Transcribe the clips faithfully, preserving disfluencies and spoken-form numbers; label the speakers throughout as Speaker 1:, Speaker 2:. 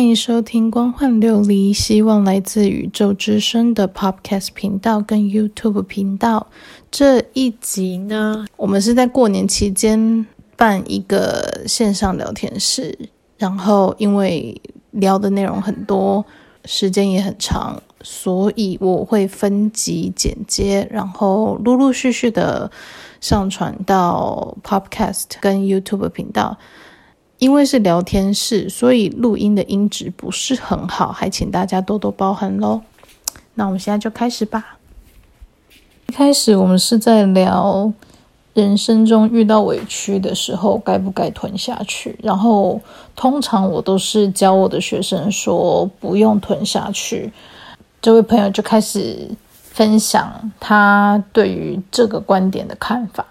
Speaker 1: 欢迎收听光幻琉璃，希望来自宇宙之声的 Podcast 频道跟 YouTube 频道。这一集呢，我们是在过年期间办一个线上聊天室，然后因为聊的内容很多，时间也很长，所以我会分集剪接，然后陆陆续续的上传到 Podcast 跟 YouTube 频道。因为是聊天室，所以录音的音质不是很好，还请大家多多包涵咯。那我们现在就开始吧。一开始我们是在聊人生中遇到委屈的时候该不该吞下去，然后通常我都是教我的学生说不用吞下去。这位朋友就开始分享他对于这个观点的看法。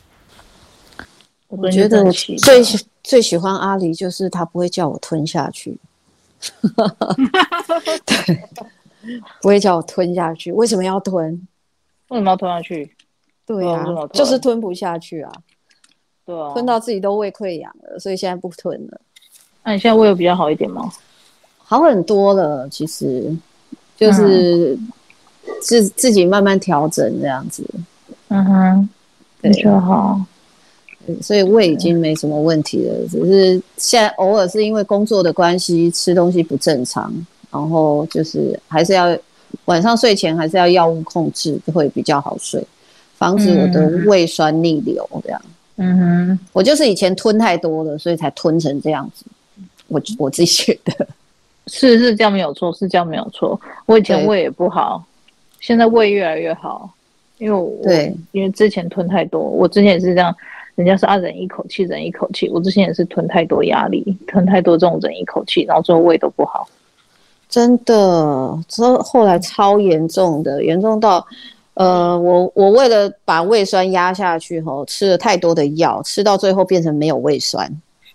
Speaker 2: 我觉得我最最喜欢阿狸，就是他不会叫我吞下去。对，不会叫我吞下去。为什么要吞？
Speaker 3: 为什么要吞下去？
Speaker 2: 对啊，就是吞不下去啊。
Speaker 3: 对啊，
Speaker 2: 吞到自己都胃溃疡了，所以现在不吞了。
Speaker 3: 那你现在胃有比较好一点吗？
Speaker 2: 好很多了，其实就是自、嗯、自己慢慢调整这样子。
Speaker 3: 嗯哼，对就好。
Speaker 2: 所以胃已经没什么问题了，只是现在偶尔是因为工作的关系吃东西不正常，然后就是还是要晚上睡前还是要药物控制会比较好睡，防止我的胃酸逆流这样。
Speaker 3: 嗯哼，
Speaker 2: 我就是以前吞太多了，所以才吞成这样子。我我自己觉得
Speaker 3: 是是这样没有错，是这样没有错。我以前胃也不好，现在胃越来越好，因为我对因为之前吞太多，我之前也是这样。人家是啊，忍一口气，忍一口气。我之前也是吞太多压力，吞太多这种忍一口气，然后最后胃都不好。
Speaker 2: 真的，这后来超严重的，严重到，呃，我我为了把胃酸压下去，吼，吃了太多的药，吃到最后变成没有胃酸。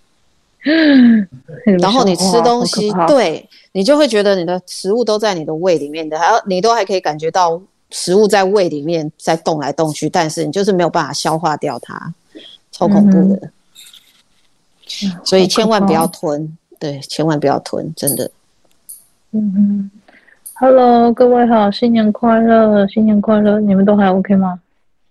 Speaker 2: 然后你吃东西，对你就会觉得你的食物都在你的胃里面的，还要你都还可以感觉到食物在胃里面在动来动去，但是你就是没有办法消化掉它。超恐怖的、嗯、所以千万不要吞，对，千万不要吞，真的。
Speaker 3: 嗯哼 Hello 各位好，新年快乐，新年快乐，你们都还 OK 吗？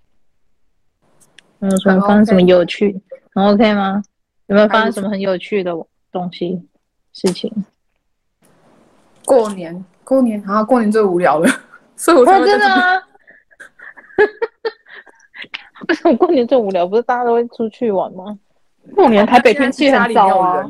Speaker 3: 有什么发生什么有趣很 OK 吗？有没有发生什么很有趣的东西事情？
Speaker 4: 过年过年啊，过年最无聊了，所以我才会在这边、
Speaker 3: 哦、真的吗？为什么过年最无聊？不是大家都会出去玩吗？过年台北天气很糟啊！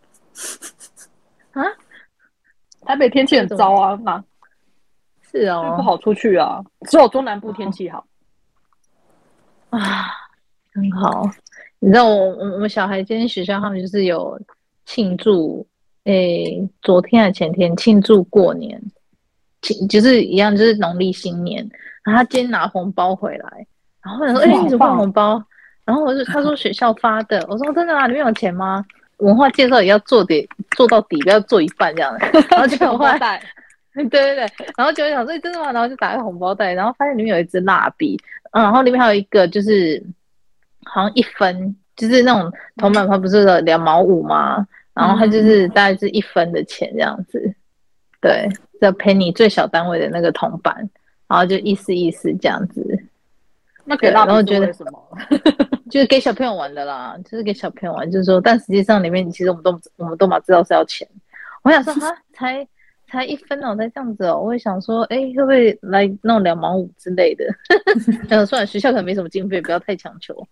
Speaker 3: 啊，台北天气很糟啊，嘛是哦，不好出去啊，只有中南部天气好啊，很好。你知道我我们小孩今天学校他们就是有庆祝，诶，昨天还前天庆祝过年，就是一样，就是农历新年。然后他今天拿红包回来。然后我说：“哎、欸，你怎么发红包？”然后我就他说学校发的。我说：“真的啊，里面有钱吗？”文化介绍也要做点做到底，不要做一半这样的。然后就红包袋，对对对。然后就想说：“真的吗？”然后就打开红包袋，然后发现里面有一支蜡笔，嗯，然后里面还有一个就是好像一分，就是那种铜板它不是两毛五吗？然后它就是大概是一分的钱这样子。对，这 penny 最小单位的那个铜板，然后就意思意思这样子。
Speaker 4: 那给蜡笔是为什么？
Speaker 3: 就是给小朋友玩的啦，就是给小朋友玩，就是说，但实际上里面其实我们都我们都嘛知道是要钱。我想说哈，才才一分哦，才这样子哦，我会想说，哎，会不会来弄两毛五之类的？嗯，算了，学校可能没什么经费，不要太强求。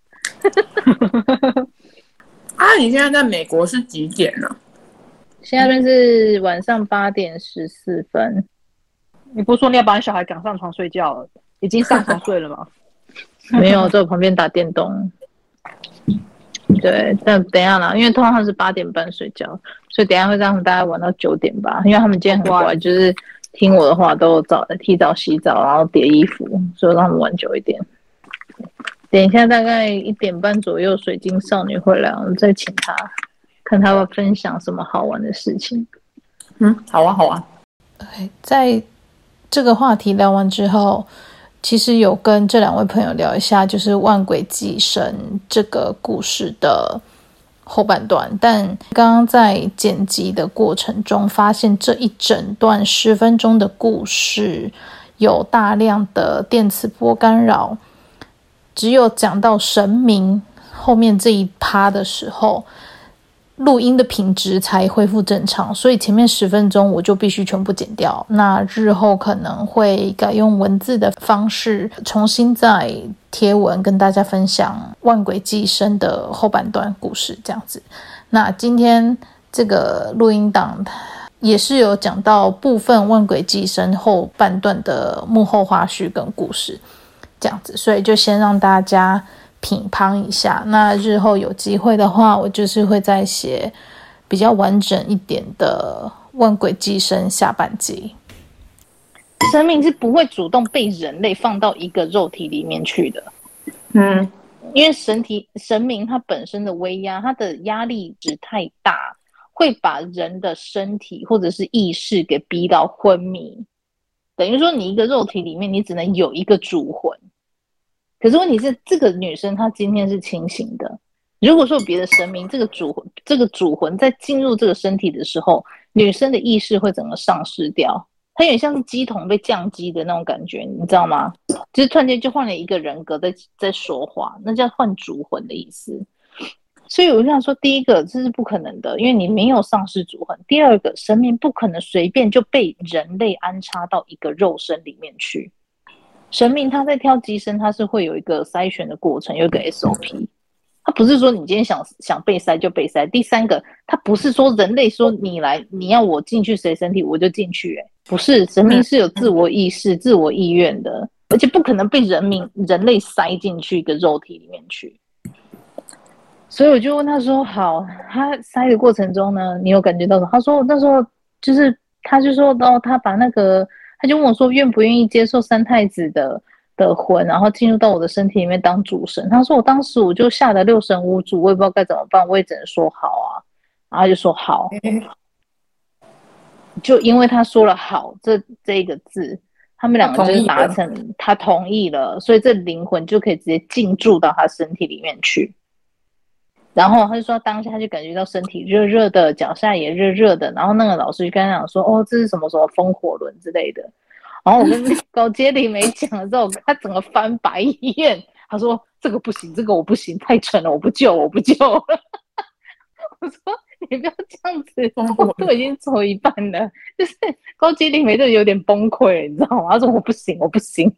Speaker 4: 啊，你现在在美国是几点呢、啊？
Speaker 3: 现在是晚上八点十四分。
Speaker 5: 你不是说你要把你小孩赶上床睡觉了？已经上床睡了吗？
Speaker 3: 没有，在我旁边打电动。对，但等一下啦，因为通常是八点半睡觉，所以等一下会让他们大概玩到九点吧。因为他们今天很乖，就是听我的话，都早提早洗澡，然后叠衣服，所以让他们玩久一点。等一下大概一点半左右，水晶少女会来，我们再请她看她会分享什么好玩的事情。
Speaker 4: 嗯，好啊，好啊。
Speaker 1: Okay, 在这个话题聊完之后。其实有跟这两位朋友聊一下，就是万鬼寄生这个故事的后半段，但刚刚在剪辑的过程中发现这一整段十分钟的故事有大量的电磁波干扰，只有讲到神明后面这一趴的时候，录音的品质才恢复正常，所以前面十分钟我就必须全部剪掉。那日后可能会改用文字的方式，重新再贴文跟大家分享万鬼寄生的后半段故事这样子。那今天这个录音档也是有讲到部分万鬼寄生后半段的幕后花絮跟故事这样子，所以就先让大家品乓一下。那日后有机会的话，我就是会再写比较完整一点的万鬼寄生下半集。
Speaker 5: 生命是不会主动被人类放到一个肉体里面去的。
Speaker 4: 嗯，
Speaker 5: 因为神体神明它本身的威压，它的压力值太大，会把人的身体或者是意识给逼到昏迷。等于说你一个肉体里面你只能有一个主魂，可是问题是这个女生她今天是清醒的，如果说别的神明这个主魂这个主魂在进入这个身体的时候，女生的意识会整个丧失掉，它有点像是机筒被降机的那种感觉，你知道吗？就是突然间就换了一个人格在在说话，那叫换主魂的意思。所以我就想说，第一个这是不可能的，因为你没有丧失主魂；第二个，神明不可能随便就被人类安插到一个肉身里面去。神明他在挑机身，他是会有一个筛选的过程，有一个 S O P。他不是说你今天想想被筛就被筛。第三个，他不是说人类说你来，你要我进去谁身体我就进去、欸，不是，神明是有自我意识、自我意愿的，而且不可能被人民人类塞进去一个肉体里面去。所以我就问他说：“好，他塞的过程中呢，你有感觉到什么？”他说：“那时候就是，他就说哦，他把那个。”他就问我说愿不愿意接受三太子的的魂，然后进入到我的身体里面当主神。他说我当时我就吓得六神无主，我也不知道该怎么办，我也只能说好啊。然后他就说好，就因为他说了好这这一个字，他们两个就是达成他同意了，所以这灵魂就可以直接进驻到他身体里面去。然后他就说当下他就感觉到身体热热的，脚下也热热的，然后那个老师就跟他讲说哦这是什么什么风火轮之类的。然后我跟高阶灵媒讲了之后，他整个翻白眼，他说这个不行，这个我不行，太沉了，我不救我不救了。我说你不要这样子，我都已经走一半了，就是高阶灵媒都有点崩溃，你知道吗？他说我不行我不行。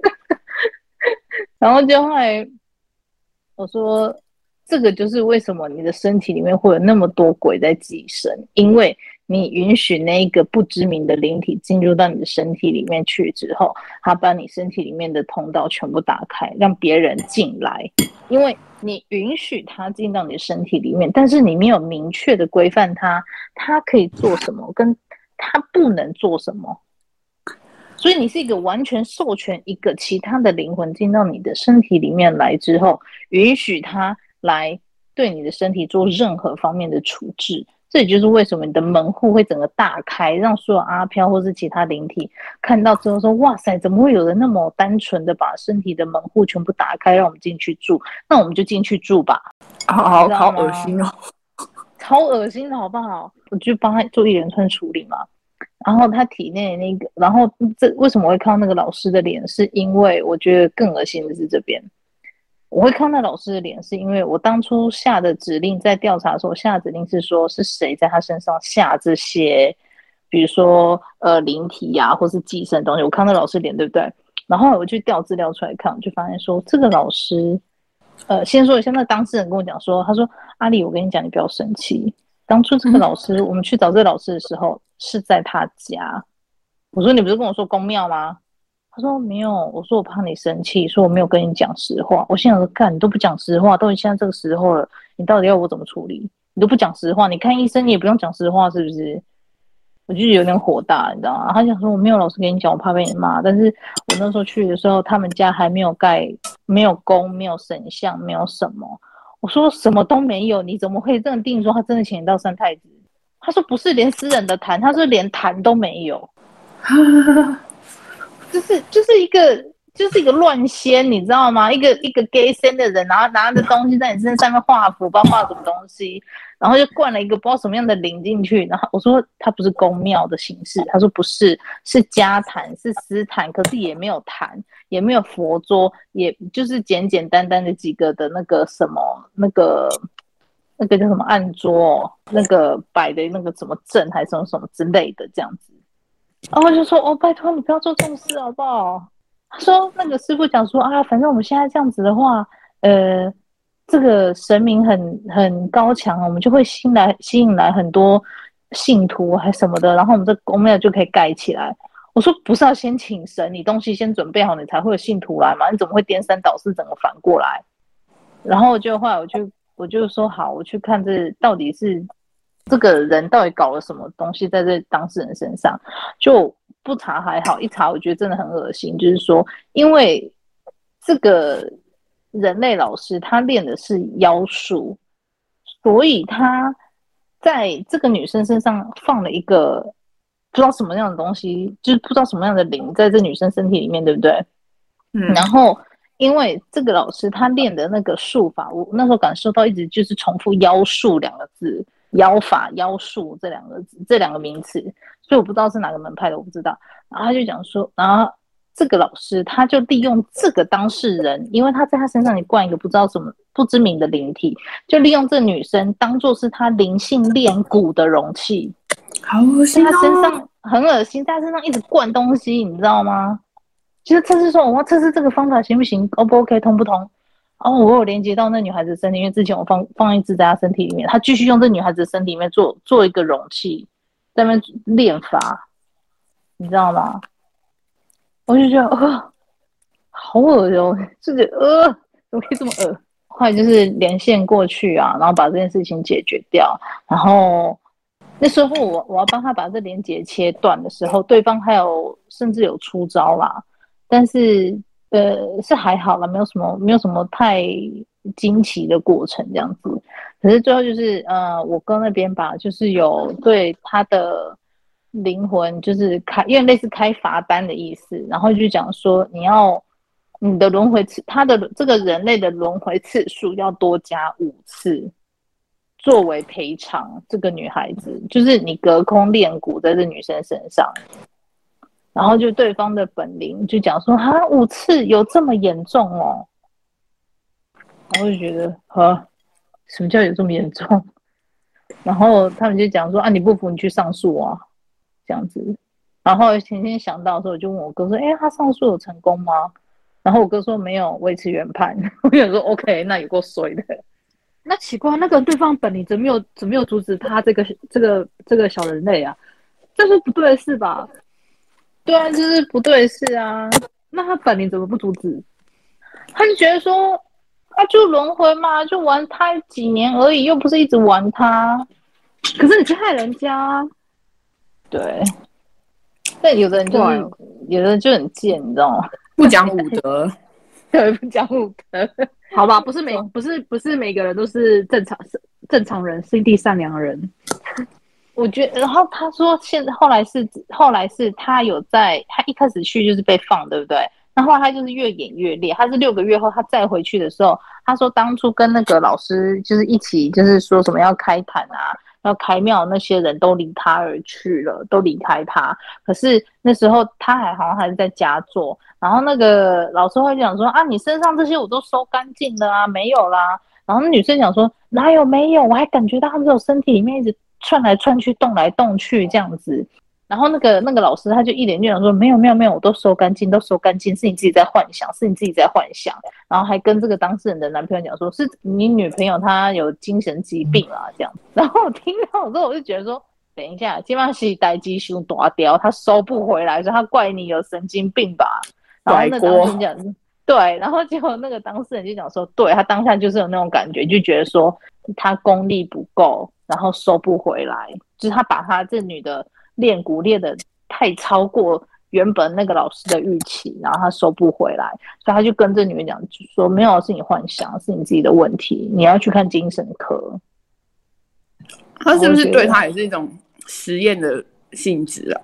Speaker 5: 然后就后来我说这个就是为什么你的身体里面会有那么多鬼在寄生，因为你允许那个不知名的灵体进入到你的身体里面去之后，他把你身体里面的通道全部打开，让别人进来。因为你允许他进到你的身体里面，但是你没有明确的规范他，他可以做什么，跟他不能做什么。所以你是一个完全授权一个其他的灵魂进到你的身体里面来之后，允许他来对你的身体做任何方面的处置。这也就是为什么你的门户会整个大开，让所有阿飘或是其他灵体看到之后说哇塞，怎么会有人那么单纯的把身体的门户全部打开让我们进去住，那我们就进去住吧。
Speaker 4: 好好好恶心哦，
Speaker 5: 超恶心的好不好？我就帮他做一连串处理嘛。然后他体内那个，然后这为什么会看到那个老师的脸，是因为我觉得更恶心的是这边。我会看到老师的脸，是因为我当初下的指令，在调查的时候下的指令是说是谁在他身上下这些，比如说呃灵体呀、啊，或是寄生的东西。我看到老师脸，对不对？然后我去调资料出来看，我就发现说这个老师，呃，先说一下，那当事人跟我讲说，他说阿丽，我跟你讲，你不要生气。当初这个老师，我们去找这个老师的时候，是在他家。我说你不是跟我说公庙吗？他说没有，我说我怕你生气，说我没有跟你讲实话。我心想说，干，你都不讲实话，都现在这个时候了，你到底要我怎么处理？你都不讲实话，你看医生你也不用讲实话，是不是？我就有点火大，你知道吗？他想说我没有老实跟你讲，我怕被你骂。但是我那时候去的时候，他们家还没有盖，没有宫，没有神像，没有什么。我说什么都没有，你怎么会认定说他真的请到三太子？他说不是连私人的坛，他说连坛都没有。就是就是一个就是一个乱仙，你知道吗？一个一个 gay 仙的人，然后拿着东西在你身上面画符，不知道画什么东西，然后就灌了一个不知道什么样的灵进去。然后我说他不是宫庙的形式，他说不是，是家坛，是私坛，可是也没有坛，也没有佛桌，也就是简简单单的几个的那个什么那个那个叫什么案桌、哦，那个摆的那个什么阵还是什么什么之类的这样子。然后我就说哦，拜托你不要做这种事好不好？他说那个师傅讲说啊，反正我们现在这样子的话，呃，这个神明很很高强，我们就会吸来吸引来很多信徒还什么的，然后我们这宫庙就可以盖起来。我说不是要先请神，你东西先准备好，你才会有信徒来嘛？你怎么会颠三倒四，整个反过来？然后就后来我就我就说好，我去看这到底是这个人到底搞了什么东西在这当事人身上，就。不查还好，一查我觉得真的很恶心。就是说，因为这个人类老师他练的是妖术，所以他在这个女生身上放了一个不知道什么样的东西，就是不知道什么样的灵在这女生身体里面，对不对？嗯。然后，因为这个老师他练的那个术法，我那时候感受到一直就是重复妖术两个字。妖法、妖术这两个字，这两个名词，所以我不知道是哪个门派的，我不知道。然后他就讲说，然后这个老师他就利用这个当事人，因为他在他身上你灌一个不知道什么不知名的灵体，就利用这女生当做是他灵性炼蛊的容器。
Speaker 4: 好恶心哦！
Speaker 5: 在他身上很恶心，在他身上一直灌东西，你知道吗？就是测试说，我要测试这个方法行不行 ，O 不 OK， 通不通？哦，我有连接到那女孩子的身体，因为之前我放放一只在她身体里面，她继续用这女孩子的身体里面做做一个容器，在那边练法，你知道吗？我就觉得呃，好恶哦，自己呃，怎么可以这么恶？后来就是连线过去啊，然后把这件事情解决掉。然后那时候我我要帮他把这连结切断的时候，对方还有甚至有出招啦，但是。呃，是还好啦，没有什么，没有什么太惊奇的过程这样子。可是最后就是，呃，我哥那边吧，就是有对他的灵魂就是开，因为类似开罚单的意思，然后就讲说你要你的轮回次，他的这个人类的轮回次数要多加五次，作为赔偿。这个女孩子就是你隔空练蛊在这女生身上。然后就对方的本灵就讲说哈五次有这么严重哦，然后就觉得呵什么叫有这么严重？然后他们就讲说啊你不服你去上诉啊这样子。然后前天想到的时候我就问我哥说，哎他上诉有成功吗？然后我哥说没有，维持原判。我想说 OK 那有够衰的。
Speaker 3: 那奇怪，那个对方本灵怎么有怎么有阻止他这个这个这个小人类啊？这是不对的事吧？
Speaker 5: 对啊，就是不对事啊。
Speaker 3: 那他本灵怎么不阻止？
Speaker 5: 他就觉得说，啊，就轮回嘛，就玩他几年而已，又不是一直玩他。
Speaker 3: 可是你去害人家，
Speaker 5: 对。但有的人就是，有的人就很贱，你知道吗？
Speaker 4: 不讲武德，
Speaker 5: 对，不讲武德。
Speaker 3: 好吧，不是每不是不是每个人都是正常正常人，心地善良的人。
Speaker 5: 我觉得，然后他说，现在后来是后来是他有在，他一开始去就是被放，对不对？那后来他就是越演越烈。他是六个月后他再回去的时候，他说当初跟那个老师就是一起，就是说什么要开坛啊，要开庙，那些人都离他而去了，都离开他。可是那时候他还好像还是在家做，然后那个老师会讲说啊，你身上这些我都收干净了啊，没有啦。然后那女生讲说哪有没有，我还感觉到他们这种身体里面一直窜来窜去，动来动去这样子。然后那个那个老师他就一脸就想说没有没有没有，我都收干净，都收干净，是你自己在幻想，是你自己在幻想。然后还跟这个当事人的男朋友讲说，是你女朋友她有精神疾病啊这样。然后我听到之后我就觉得说，等一下，基本上是代志伤大条，他收不回来，所以他怪你有神经病吧？然后那当事人讲对，然后结果那个当事人就讲说，对他当下就是有那种感觉，就觉得说他功力不够，然后收不回来，就是他把他这女的练蛊练的太超过原本那个老师的预期，然后他收不回来，所以他就跟这女人讲说，没有，是你幻想，是你自己的问题，你要去看精神科。
Speaker 4: 他是不是对他也是一种实验的性质啊？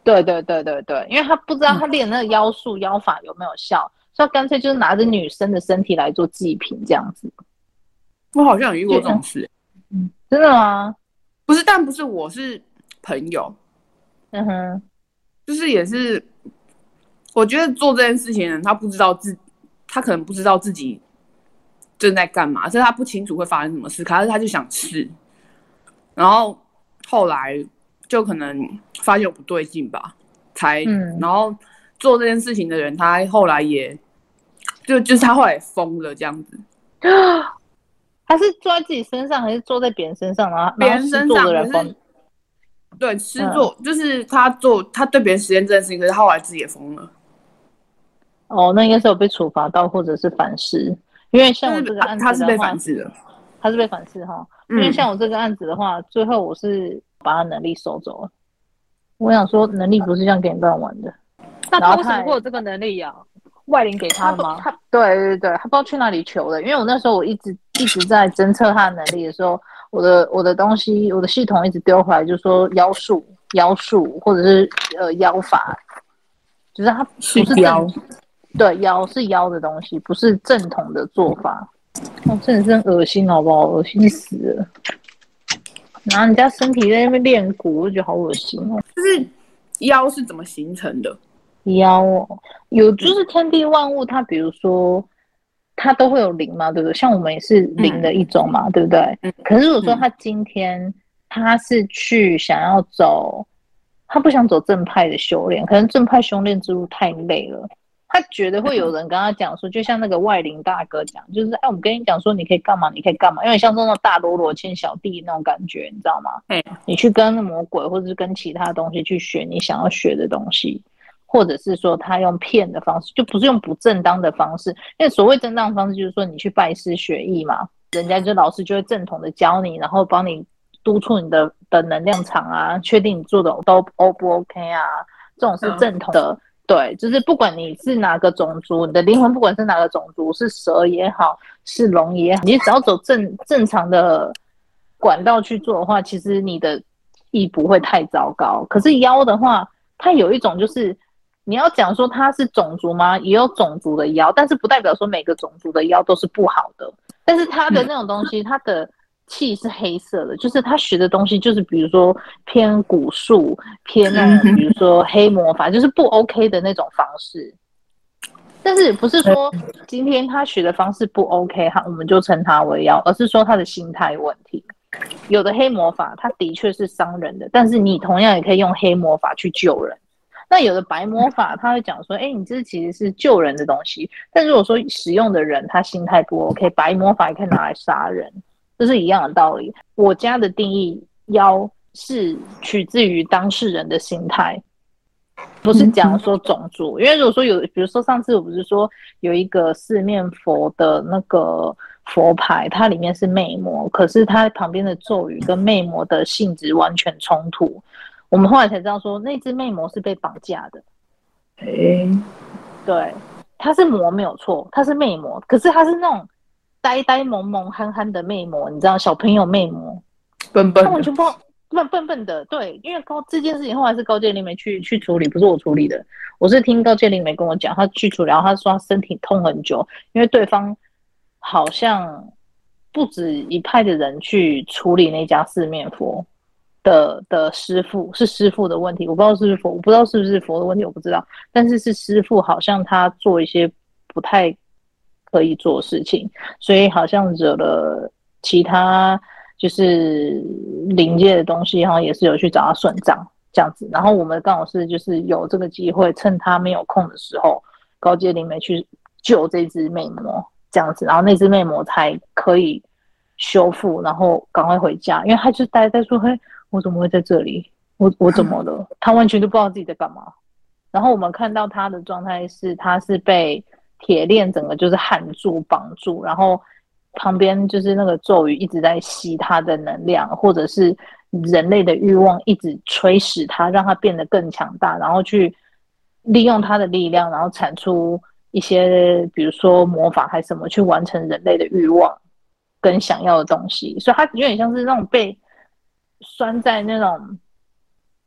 Speaker 5: 对对对对对，因为他不知道他练那个妖术、妖法有没有效，所以他干脆就是拿着女生的身体来做祭品这样子。
Speaker 4: 我好像有遇过这种事。
Speaker 5: 嗯，真的吗？
Speaker 4: 不是，但不是我，是朋友。
Speaker 5: 嗯哼，
Speaker 4: 就是也是，我觉得做这件事情的人，他不知道自，他可能不知道自己正在干嘛，所以他不清楚会发生什么事，可是他就想试，然后后来就可能发现有不对劲吧，才，嗯、然后做这件事情的人，他后来也，就就是他后来也疯了这样子。
Speaker 5: 他是坐在自己身上，还是坐在别人身上呢？
Speaker 4: 别人身上，可是对施作、嗯、就是他做他对别人实验这件事情，可是他后来自己也疯了。
Speaker 5: 哦，那应该是有被处罚到，或者是反噬。因为像我这个案子的话，
Speaker 4: 他是被反噬的，
Speaker 5: 他是被反噬哈。因为像我这个案子的话，嗯、最后我是把他能力收走了。我想说，能力不是这样给你乱玩的。
Speaker 3: 那他为什么会有这个能力呀、啊？外灵给他的吗？
Speaker 5: 他对对对，他不知道去哪里求的。因为我那时候我一直一直在侦测他的能力的时候，我的我的东西，我的系统一直丢回来，就说妖术、妖术或者是呃妖法，就是他不是
Speaker 4: 妖，
Speaker 5: 对妖是妖的东西，不是正统的做法。哦，真的是很恶心，好不好？恶心死了！拿人家身体在那边练蛊，我就觉得好恶心哦。
Speaker 4: 就是妖是怎么形成的？
Speaker 5: 妖哦，有就是天地万物，它比如说它都会有灵嘛，对不对？像我们也是灵的一种嘛，嗯、对不对？嗯、可是如果说他今天他是去想要走，他不想走正派的修炼，可能正派修炼之路太累了，他觉得会有人跟他讲说，就像那个外灵大哥讲，就是哎，我们跟你讲说你可以干嘛，你可以干嘛，因为像这种大罗罗牵小弟那种感觉，你知道吗？嗯、你去跟魔鬼或者是跟其他东西去学你想要学的东西。或者是说他用骗的方式，就不是用不正当的方式，因为所谓正当的方式就是说你去拜师学艺嘛，人家就老师就会正统的教你，然后帮你督促你的的能量场啊，确定你做的都 O 不 OK 啊，这种是正统的。嗯、对，就是不管你是哪个种族，你的灵魂不管是哪个种族，是蛇也好，是龙也好，你只要走正正常的管道去做的话，其实你的意不会太糟糕。可是妖的话，它有一种就是。你要讲说它是种族吗？也有种族的妖，但是不代表说每个种族的妖都是不好的。但是它的那种东西，它的气是黑色的，就是他学的东西就是比如说偏蛊术，偏那种比如说黑魔法，就是不 OK 的那种方式。但是不是说今天他学的方式不 OK， 我们就称他为妖，而是说他的心态问题。有的黑魔法它的确是伤人的，但是你同样也可以用黑魔法去救人。那有的白魔法他会讲说，哎、欸，你这其实是救人的东西，但如果说使用的人他心态不 OK， 白魔法也可以拿来杀人，这是一样的道理。我家的定义妖是取自于当事人的心态，不是讲说种族。因为如果说有，比如说上次我不是说有一个四面佛的那个佛牌，它里面是魅魔，可是它旁边的咒语跟魅魔的性质完全冲突。我们后来才知道说，那只魅魔是被绑架的。
Speaker 4: 欸、
Speaker 5: 对，它是魔没有错，它是魅魔，可是它是那种呆呆萌萌憨憨的魅魔，你知道小朋友魅魔，
Speaker 4: 笨笨的，
Speaker 5: 他完全不笨笨笨的。对，因为高这件事情后来是高阶灵媒去去处理，不是我处理的，我是听高阶灵媒跟我讲，他去处理，然后他说他身体痛很久，因为对方好像不止一派的人去处理那家四面佛。的的师父是师父的问题，我不知道是不是佛，我不知道是不是佛的问题，我不知道。但是是师父好像他做一些不太可以做的事情，所以好像惹了其他就是灵界的东西，好像也是有去找他算账这样子。然后我们刚好是就是有这个机会，趁他没有空的时候，高阶灵媒去救这只魅魔这样子，然后那只魅魔才可以修复，然后赶快回家，因为他就待在说，嘿。我怎么会在这里？我我怎么了？他完全就不知道自己在干嘛。然后我们看到他的状态是，他是被铁链整个就是焊住、绑住，然后旁边就是那个咒语一直在吸他的能量，或者是人类的欲望一直催使他，让他变得更强大，然后去利用他的力量，然后产出一些比如说魔法还是什么，去完成人类的欲望跟想要的东西。所以他有点像是那种被拴在那种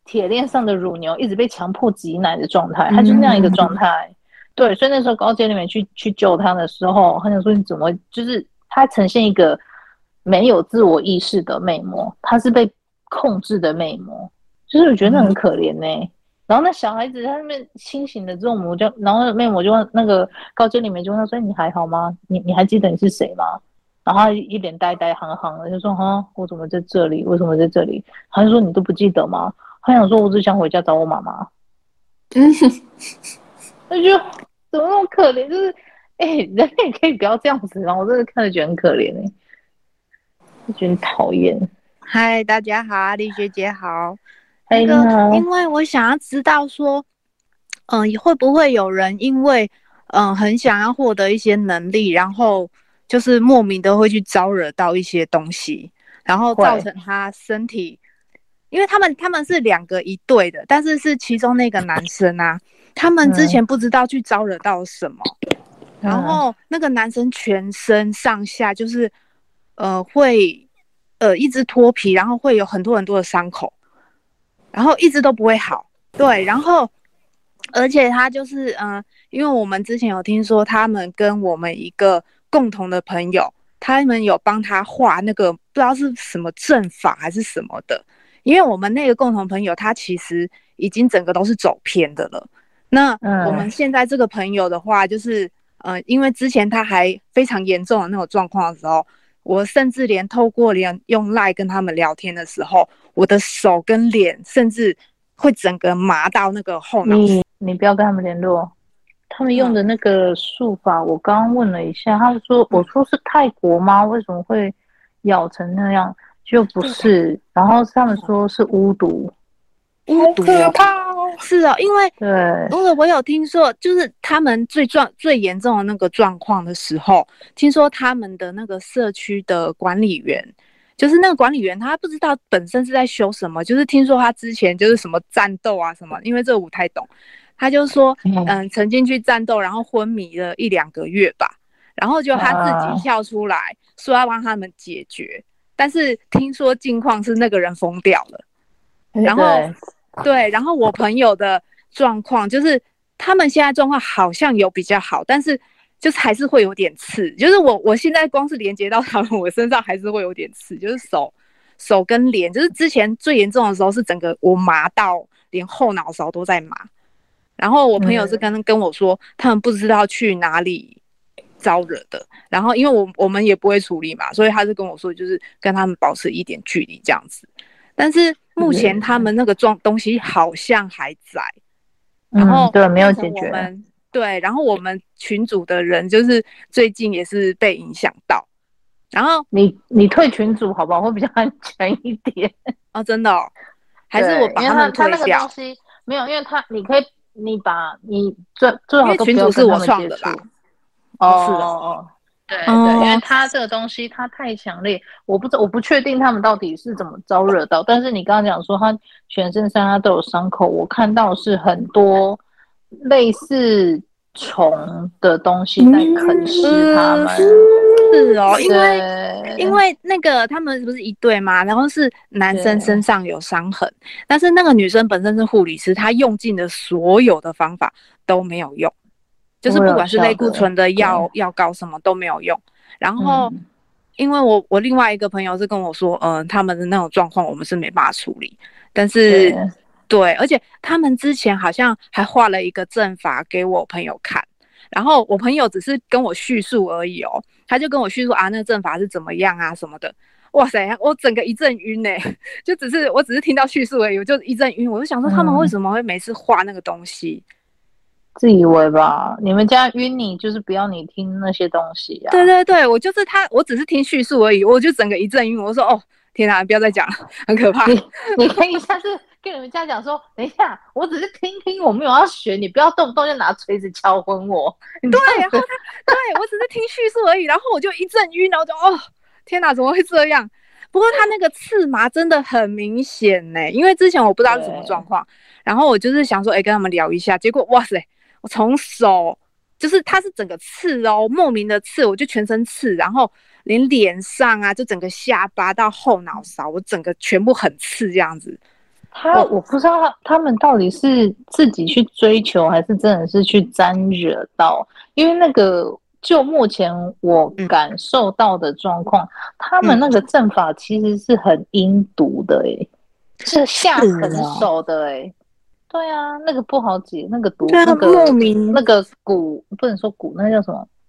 Speaker 5: 铁链上的乳牛，一直被强迫挤奶的状态，他就是那样一个状态。嗯、对，所以那时候高阶里面去去救他的时候，他想说你怎么就是他呈现一个没有自我意识的魅魔，他是被控制的魅魔，就是我觉得很可怜呢、欸。嗯、然后那小孩子他那边清醒的这种魔就，然后魅魔就问那个高阶里面就问他说：“你还好吗？你你还记得你是谁吗？”然后他一脸呆呆行行的，就说：“哈，我怎么在这里？为什么在这里？”他就说：“你都不记得吗？”他想说：“我只想回家找我妈妈。”嗯，他就怎么那么可怜？就是，哎、欸，人也可以不要这样子，然后我真的看着觉得很可怜哎、欸，就觉得讨厌。
Speaker 6: 嗨，大家好，李学姐好。
Speaker 5: 那
Speaker 6: 個、因为我想要知道说，嗯、呃，会不会有人因为嗯、呃、很想要获得一些能力，然后就是莫名的会去招惹到一些东西，然后造成他身体，因为他们他们是两个一对的，但是是其中那个男生啊，他们之前不知道去招惹到什么，嗯、然后那个男生全身上下就是呃会呃一直脱皮，然后会有很多很多的伤口。然后一直都不会好，对，然后而且他就是嗯、呃，因为我们之前有听说他们跟我们一个共同的朋友，他们有帮他画那个不知道是什么阵法还是什么的，因为我们那个共同朋友他其实已经整个都是走偏的了。那我们现在这个朋友的话，就是呃，因为之前他还非常严重的那种状况的时候，我甚至连透过连用 LINE 跟他们聊天的时候，我的手跟脸甚至会整个麻到那个后脑。
Speaker 5: 你你不要跟他们联络，他们用的那个术法，我刚刚问了一下，他们说我说是泰国吗？为什么会咬成那样？就不是，然后他们说是巫毒。
Speaker 6: 巫毒可怕哦！是哦，因为
Speaker 5: 对，
Speaker 6: 我我有听说，就是他们最状最严重的那个状况的时候，听说他们的那个社区的管理员，就是那个管理员，他不知道本身是在修什么，就是听说他之前就是什么战斗啊什么，因为这个我不太懂，他就说，嗯、呃，曾经去战斗，然后昏迷了一两个月吧，然后就他自己跳出来、啊、说要帮他们解决，但是听说近况是那个人疯掉了，然后。对，然后我朋友的状况就是他们现在状况好像有比较好，但是就是还是会有点刺，就是我我现在光是连接到他们，我身上还是会有点刺，就是手手跟脸，就是之前最严重的时候是整个我麻到连后脑勺都在麻，然后我朋友是跟、嗯、跟我说他们不知道去哪里招惹的，然后因为我我们也不会处理嘛，所以他是跟我说就是跟他们保持一点距离这样子，但是目前他们那个装东西好像还在，嗯、然后
Speaker 5: 对没有解决，
Speaker 6: 对，然后我们群组的人就是最近也是被影响到，然后
Speaker 5: 你你退群组好不好？会比较安全一点
Speaker 6: 哦，真的、哦，还是我把他们退掉？
Speaker 5: 他那个东西没有，因为他你可以你把你最最好都不要
Speaker 6: 群组是我创的吧？
Speaker 5: 哦，是的哦。对对，因为他这个东西他太强烈，我不知我不确定他们到底是怎么招惹到，但是你刚刚讲说他全身上下都有伤口，我看到是很多类似虫的东西在啃食他们。
Speaker 6: 嗯、是哦，因为因为那个他们不是一对吗？然后是男生身上有伤痕，但是那个女生本身是护理师，她用尽了所有的方法都没有用。就是不管是类固醇的药药膏什么都没有用，然后、嗯、因为我我另外一个朋友是跟我说，嗯、呃，他们的那种状况我们是没办法处理，但是 对, 对，而且他们之前好像还画了一个阵法给我朋友看，然后我朋友只是跟我叙述而已哦，他就跟我叙述啊那个阵法是怎么样啊什么的，哇塞，我整个一阵晕呢、欸，就只是我只是听到叙述而已，我就一阵晕，我就想说他们为什么会每次画那个东西。嗯
Speaker 5: 自以为吧，你们家晕你就是不要你听那些东西啊。
Speaker 6: 对对对，我就是他，我只是听叙述而已，我就整个一阵晕。我说哦，天哪，不要再讲了，很可怕。
Speaker 5: 你你可以下次跟你们家讲说，等一下，我只是听听，我没有要学，你不要动不动就拿锤子敲昏我。
Speaker 6: 对，然后他对我只是听叙述而已，然后我就一阵晕，然后就哦，天哪，怎么会这样？不过他那个刺麻真的很明显呢，因为之前我不知道是什么状况，然后我就是想说，哎，跟他们聊一下，结果哇塞。我从手就是它是整个刺哦，莫名的刺，我就全身刺，然后连脸上啊，就整个下巴到后脑勺，我整个全部很刺这样子。
Speaker 5: 他我不知道他他们到底是自己去追求，还是真的是去沾惹到，因为那个就目前我感受到的状况，嗯、他们那个阵法其实是很阴毒的、欸，是下狠手的、欸，对啊，那个不好解，那个毒，那个
Speaker 6: 莫名
Speaker 5: 那个蛊不能说蛊，那叫什么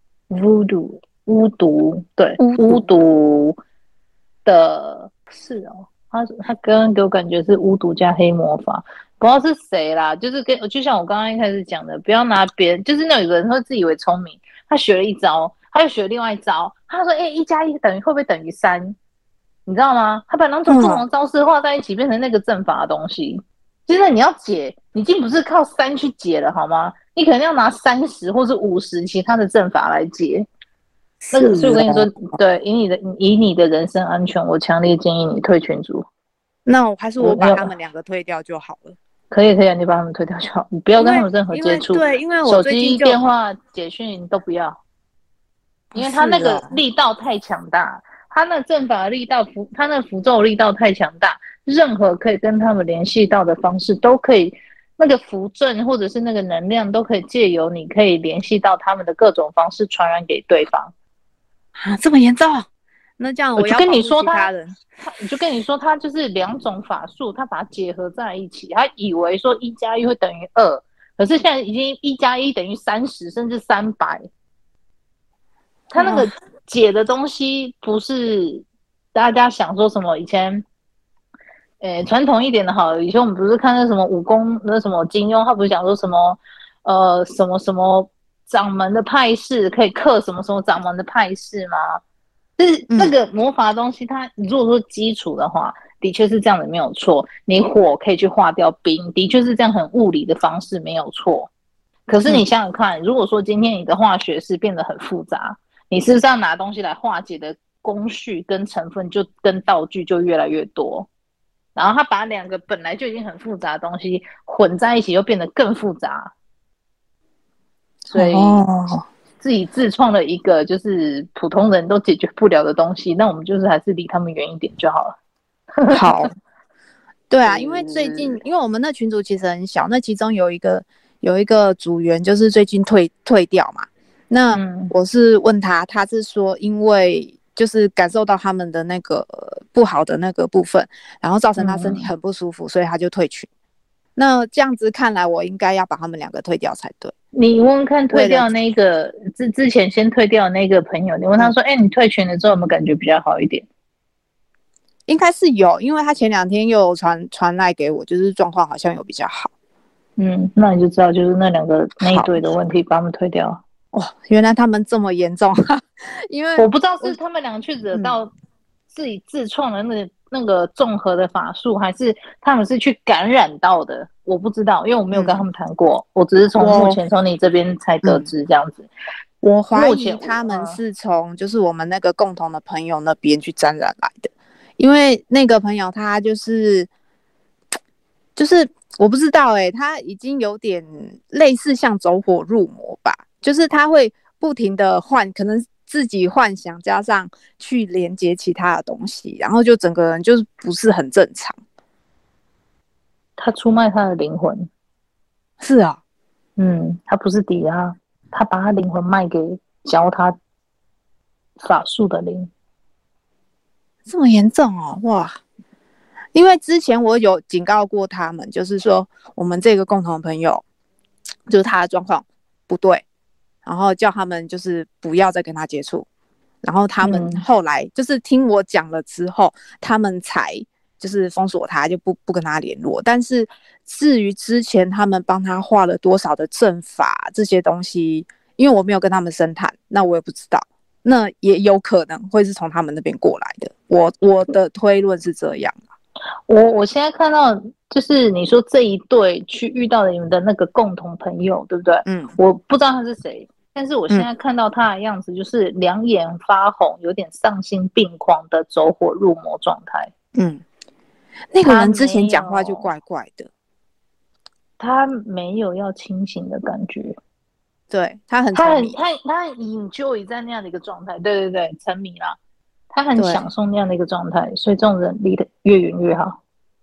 Speaker 5: ？voodoo 巫毒，对，巫毒的是哦。他他刚刚给我感觉是巫毒加黑魔法，不知道是谁啦，就是跟就像我刚刚一开始讲的，不要拿别人，就是那有个人会自以为聪明，他学了一招，他又学了另外一招，他说：“哎、欸，一加一等于会不会等于三？你知道吗？他把两种不同的招式画在一起，变成那个阵法的东西。其实你要解，你已经不是靠三去解了，好吗？你可能要拿三十或是五十其他的阵法来解。”那个，所以我跟你说，对，以你的以你的人身安全，我强烈建议你退群组。
Speaker 6: 那我还是我把他们两个退掉就好了。
Speaker 5: 可以可以啊，你把他们退掉就好，你不要跟他们任何接触。
Speaker 6: 对，因为我
Speaker 5: 手机、电话、简讯都不要，因为他那个力道太强大，他那阵法力道符，他那符咒力道太强大，任何可以跟他们联系到的方式都可以。那个符阵或者是那个能量都可以借由你可以联系到他们的各种方式传染给对方。
Speaker 6: 啊，这么严重？那这样我
Speaker 5: 就跟你说
Speaker 6: 他，
Speaker 5: 他我就跟你说，他就是两种法术，他把它结合在一起。他以为说一加一会等于二，可是现在已经一加一等于三十，甚至三百。他那个解的东西不是大家想说什么以前。诶，传统一点的好，以前我们不是看那什么武功那什么金庸，他不是讲说什么呃什么什么掌门的派系可以克什么什么掌门的派系吗？就是那个魔法的东西，它如果说基础的话，的确是这样的没有错。你火可以去化掉冰，的确是这样很物理的方式没有错。可是你想想看，如果说今天你的化学式变得很复杂，你是不是要拿东西来化解的工序跟成分就跟道具就越来越多？然后他把两个本来就已经很复杂的东西混在一起，又变得更复杂，所以自己自创了一个就是普通人都解决不了的东西，那我们就是还是离他们远一点就好了。
Speaker 6: 好，对啊，因为最近因为我们那群组其实很小，那其中有一个有一个组员就是最近退退掉嘛，那我是问他，他是说因为。就是感受到他们的那个不好的那个部分，然后造成他身体很不舒服，嗯、所以他就退群。那这样子看来，我应该要把他们两个退掉才对。
Speaker 5: 你问问看，退掉那个之之前先退掉那个朋友，你问他说：“哎、嗯欸，你退群了之后有没有感觉比较好一点？”
Speaker 6: 应该是有，因为他前两天又有传传来给我，就是状况好像有比较好。
Speaker 5: 嗯，那你就知道就是那两个那一对的问题，把他们退掉。
Speaker 6: 哦，原来他们这么严重，因为
Speaker 5: 我不知道是他们两个去惹到自己自创的那个、嗯、那个综合的法术，还是他们是去感染到的，我不知道，因为我没有跟他们谈过，嗯、我只是从目前从你这边才得知这样子。
Speaker 6: 嗯、我怀疑他们是从就是我们那个共同的朋友那边去沾染来的，因为那个朋友他就是就是我不知道哎、欸，他已经有点类似像走火入魔吧。就是他会不停的幻，可能自己幻想加上去连接其他的东西，然后就整个人就是不是很正常。
Speaker 5: 他出卖他的灵魂，
Speaker 6: 是啊，
Speaker 5: 嗯，他不是抵押，他把他灵魂卖给教他法术的灵，
Speaker 6: 这么严重哦，哇！因为之前我有警告过他们，就是说我们这个共同的朋友，就是他的状况不对。然后叫他们就是不要再跟他接触，然后他们后来就是听我讲了之后，嗯、他们才就是封锁他，就不不跟他联络。但是至于之前他们帮他画了多少的阵法这些东西，因为我没有跟他们深谈，那我也不知道，那也有可能会是从他们那边过来的。我我的推论是这样。
Speaker 5: 我我现在看到就是你说这一对去遇到了你们的那个共同朋友，对不对？嗯，我不知道他是谁，但是我现在看到他的样子，就是两眼发红，有点丧心病狂的走火入魔状态。
Speaker 6: 嗯，那个人之前讲话就怪怪的，
Speaker 5: 他没有要清醒的感觉。
Speaker 6: 对，他很
Speaker 5: 他很他他很 enjoy 在那样的一个状态，对对对，沉迷啦。他很享受那样的一个状态，所以这种人离得越远越好。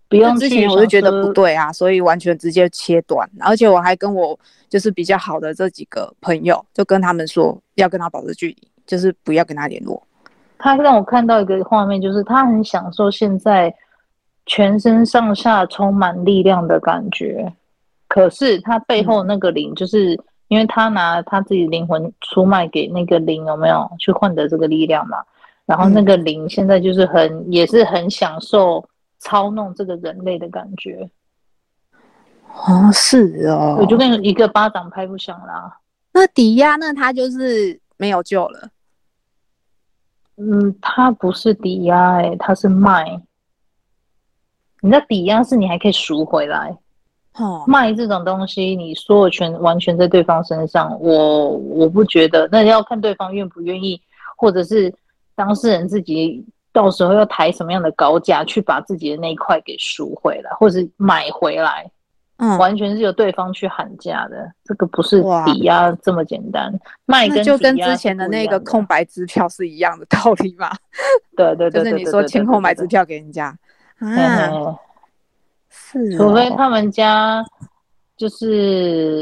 Speaker 5: 不用
Speaker 6: 之前我就觉得不对啊，所以完全直接切断，而且我还跟我就是比较好的这几个朋友，就跟他们说要跟他保持距离，就是不要跟他联络。
Speaker 5: 他让我看到一个画面，就是他很享受现在全身上下充满力量的感觉，可是他背后那个灵，就是因为他拿他自己灵魂出卖给那个灵，有没有去换得这个力量嘛？然后那个灵现在就是很、嗯、也是很享受操弄这个人类的感觉。
Speaker 6: 哦，是哦，
Speaker 5: 我就跟一个巴掌拍不响啦。
Speaker 6: 那抵押那他就是没有救了。
Speaker 5: 嗯，他不是抵押，欸，他是卖。你知道抵押是你还可以赎回来，哦，卖这种东西，你所有权完全在对方身上，我我不觉得，那要看对方愿不愿意，或者是当事人自己到时候要抬什么样的高价去把自己的那一块给赎回来，或是买回来。嗯，完全是由对方去喊价的，这个不是抵押这么简单。卖跟
Speaker 6: 就跟之前的那个空白支票是一样的道理嘛？
Speaker 5: 对对对，
Speaker 6: 就是你说签空白支票给人家，啊，是，哦，
Speaker 5: 除非他们家就是，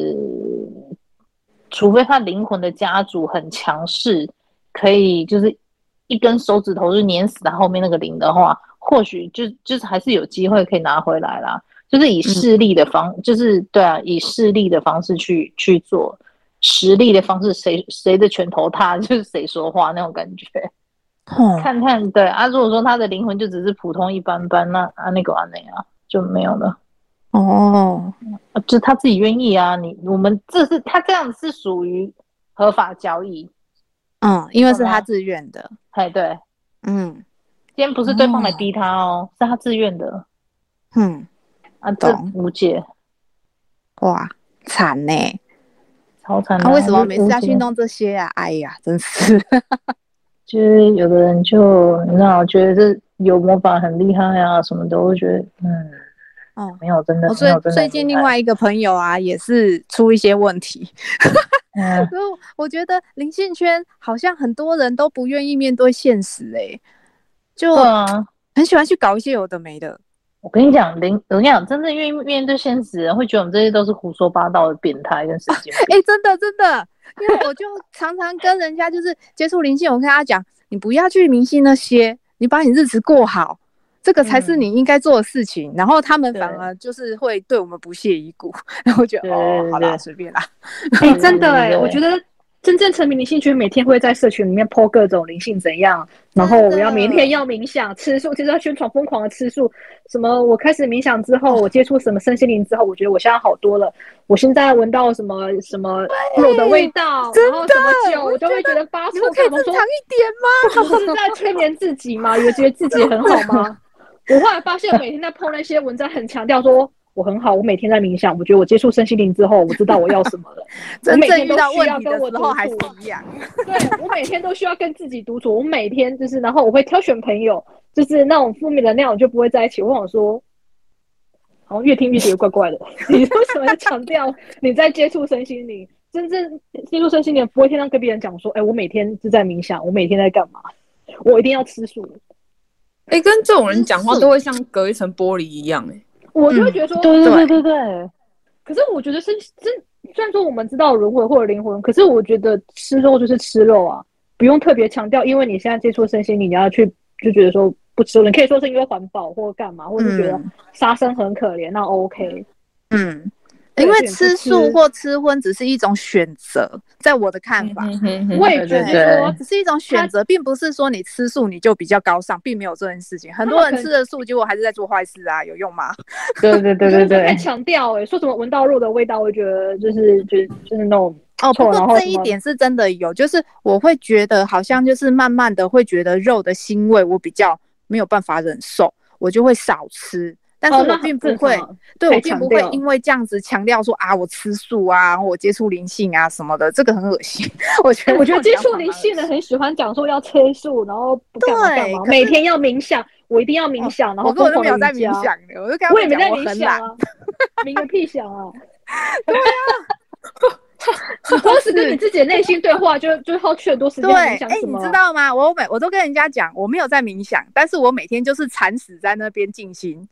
Speaker 5: 除非他灵魂的家族很强势，可以就是一根手指头就碾死他后面那个灵的话，或许就就是还是有机会可以拿回来啦。就是以势力的方，嗯、就是对啊，以势力的方式去去做，实力的方式，谁谁的拳头大就是谁说话那种感觉。嗯、看看对啊，如果说他的灵魂就只是普通一般般，那啊那个啊那啊就没有了。哦，就他自己愿意啊，你我们这是他这样是属于合法交易。
Speaker 6: 嗯，因为是他自愿的。
Speaker 5: 哎，对，嗯，今天不是对方来逼他哦，是他自愿的。嗯。啊，这无解，
Speaker 6: 哇，惨呢，
Speaker 5: 超惨的。
Speaker 6: 啊，为什么每次要去弄这些啊？哎呀，真是，
Speaker 5: 就是有的人就你知道，觉得这有魔法很厉害啊，什么的，我觉得，嗯，哦，没有真的，
Speaker 6: 没有真的。最近另外一个朋友啊，也是出一些问题。嗯，所以我觉得灵性圈好像很多人都不愿意面对现实，哎，就很喜欢去搞一些有的没的。
Speaker 5: 我跟你讲，灵，我跟你讲，真正愿意面对现实的人，会觉得我们这些都是胡说八道的变态跟神经病。
Speaker 6: 哎、欸，真的真的，因为我就常常跟人家就是接触灵性，我跟他讲，你不要去迷信那些，你把你日子过好，这个才是你应该做的事情。嗯、然后他们反而就是会对我们不屑一顾，然后我觉得哦，好啦，随便啦。
Speaker 3: 哎、欸，真的哎、欸，我觉得。真正沉迷灵性圈，每天会在社群里面 po 各种灵性怎样，然后我要每天要冥想吃素，就是要宣传疯狂的吃素。什么我开始冥想之后，我接触什么身心灵之后，我觉得我现在好多了。我现在闻到什么什么肉的味道，然后什么酒，我都会觉得发臭。
Speaker 6: 可以正常一点吗？
Speaker 3: 我是在催眠自己吗？有觉得自己很好吗？我后来发现，每天在 po 那些文章，很强调说。我很好，我每天在冥想。我觉得我接触身心灵之后，我知道我要什么了。
Speaker 6: 真正遇到问题的时候还是一样。
Speaker 3: 对，我每天都需要跟自己独处。我每天就是，然后我会挑选朋友，就是那种负面的那种就不会在一起。我想说，好像越听越觉得怪怪的。你为什么要强调你在接触身心灵？真正接触身心灵，不会天天跟别人讲说，哎、欸，我每天是在冥想，我每天在干嘛？我一定要吃素。
Speaker 4: 哎、欸，跟这种人讲话都会像隔一层玻璃一样、欸，哎。
Speaker 3: 我就会觉得说，
Speaker 5: 嗯、对对对对对。
Speaker 3: 可是我觉得是真，虽然说我们知道轮回或者灵魂，可是我觉得吃肉就是吃肉啊，不用特别强调，因为你现在接触身心灵，你要去就觉得说不吃肉，你可以说是因为环保或干嘛，或者是觉得杀生很可怜，嗯、那 OK。
Speaker 6: 嗯。因为吃素或吃荤只是一种选择，在我的看法，
Speaker 3: 我也觉得说
Speaker 6: 只是一种选择，并不是说你吃素你就比较高尚，并没有这件事情。很多人吃了素，结果还是在做坏事啊，有用吗？
Speaker 5: 对对对对对，
Speaker 3: 太强调哎，说什么闻到肉的味道，我觉得就是就是就是那种
Speaker 6: 哦。不过这一点是真的有，就是我会觉得好像就是慢慢的会觉得肉的腥味我比较没有办法忍受，我就会少吃。但是我并不会，哦、对我并不会因为这样子强调说啊，我吃素啊，我接触灵性啊什么的，这个很恶心。我觉得，
Speaker 3: 我觉得接触灵性的很喜欢讲说要吃素，然后不干嘛干嘛，每天要冥想，我一定要冥想，哦、然后
Speaker 6: 我根本就没有在冥想的，我就跟他们讲我很懒，
Speaker 3: 冥个屁想啊！对啊。你光是跟你自己的内心对话就，就就耗去很多时间冥想什么？
Speaker 6: 哎、欸，你知道吗？我每我都跟人家讲，我没有在冥想，但是我每天就是惨死在那边静心。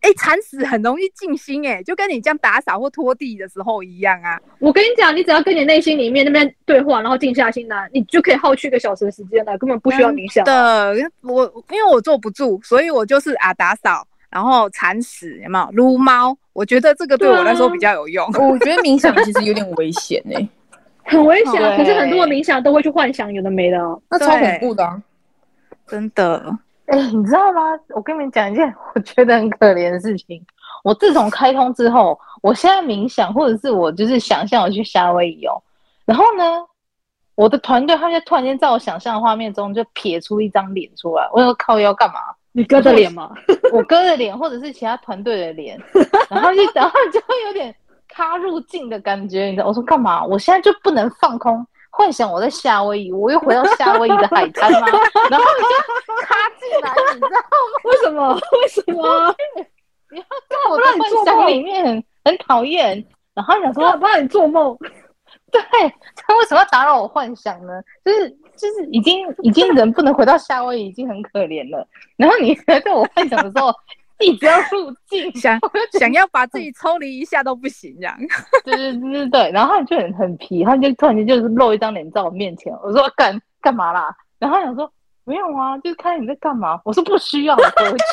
Speaker 6: 哎、欸，铲屎很容易静心哎、欸，就跟你这样打扫或拖地的时候一样啊。
Speaker 3: 我跟你讲，你只要跟你内心里面那边对话，然后静下心来，你就可以耗去一个小时的时间了，根本不需要冥想。
Speaker 6: 的，我因为我坐不住，所以我就是啊打扫，然后铲屎，有没有撸猫？我觉得这个对我来说比较有用。
Speaker 7: 啊、我觉得冥想其实有点危险哎、欸，
Speaker 3: 很危险。可是很多的冥想都会去幻想有的没的、啊，
Speaker 7: 那超恐怖的、啊，
Speaker 6: 真的。
Speaker 5: 哎、欸，你知道吗？我跟你们讲一件我觉得很可怜的事情。我自从开通之后，我现在冥想，或者是我就是想象我去夏威夷哦，然后呢，我的团队他就突然间在我想象的画面中就撇出一张脸出来。我说靠腰干嘛？
Speaker 3: 你哥的脸吗？
Speaker 5: 我哥的脸，或者是其他团队的脸，然后就然后就会有点卡入境的感觉，你知道？我说干嘛？我现在就不能放空？幻想我在夏威夷，我又回到夏威夷的海滩吗？然后你就卡进来，你知道吗？
Speaker 3: 为什么？为什么？
Speaker 5: 你要在我的幻想里面很很讨厌，然后想说
Speaker 3: 我帮你做梦。
Speaker 5: 对，他为什么要打扰我幻想呢？就是就是已经已经人不能回到夏威夷，已经很可怜了。然后你在我幻想的时候，一直要入境，
Speaker 6: 想想要把自己抽离一下都不行，这样。
Speaker 5: 对对对对对，然后他就很很皮，他就突然间就是露一张脸在我面前，我说干干嘛啦？然后他想说没有啊，就是看你在干嘛。我说不需要，我回去。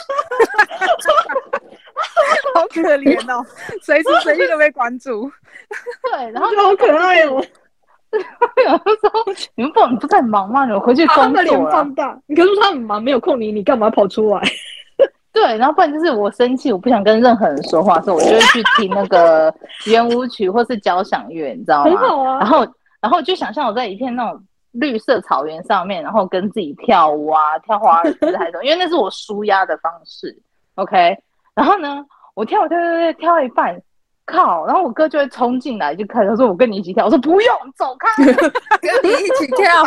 Speaker 6: 好可怜哦，随时随地都被关注。
Speaker 5: 对，然后
Speaker 3: 好可爱哦。
Speaker 5: 有的时候你们不你不在忙吗？你们回去工作了。
Speaker 3: 他的脸放大，你可是他很忙，没有空理你，干嘛跑出来？
Speaker 5: 对，然后不然就是我生气，我不想跟任何人说话，所以我就会去听那个圆舞曲或是交响乐，你知道吗？
Speaker 3: 很好啊。
Speaker 5: 然后，然后就想象我在一片那种绿色草原上面，然后跟自己跳舞啊，跳华尔兹还是什么，因为那是我抒压的方式。OK， 然后呢，我跳跳跳跳跳到一半，靠！然后我哥就会冲进来，就开始说：“我跟你一起跳。”我说：“不用，走开，
Speaker 6: 跟你一起跳。”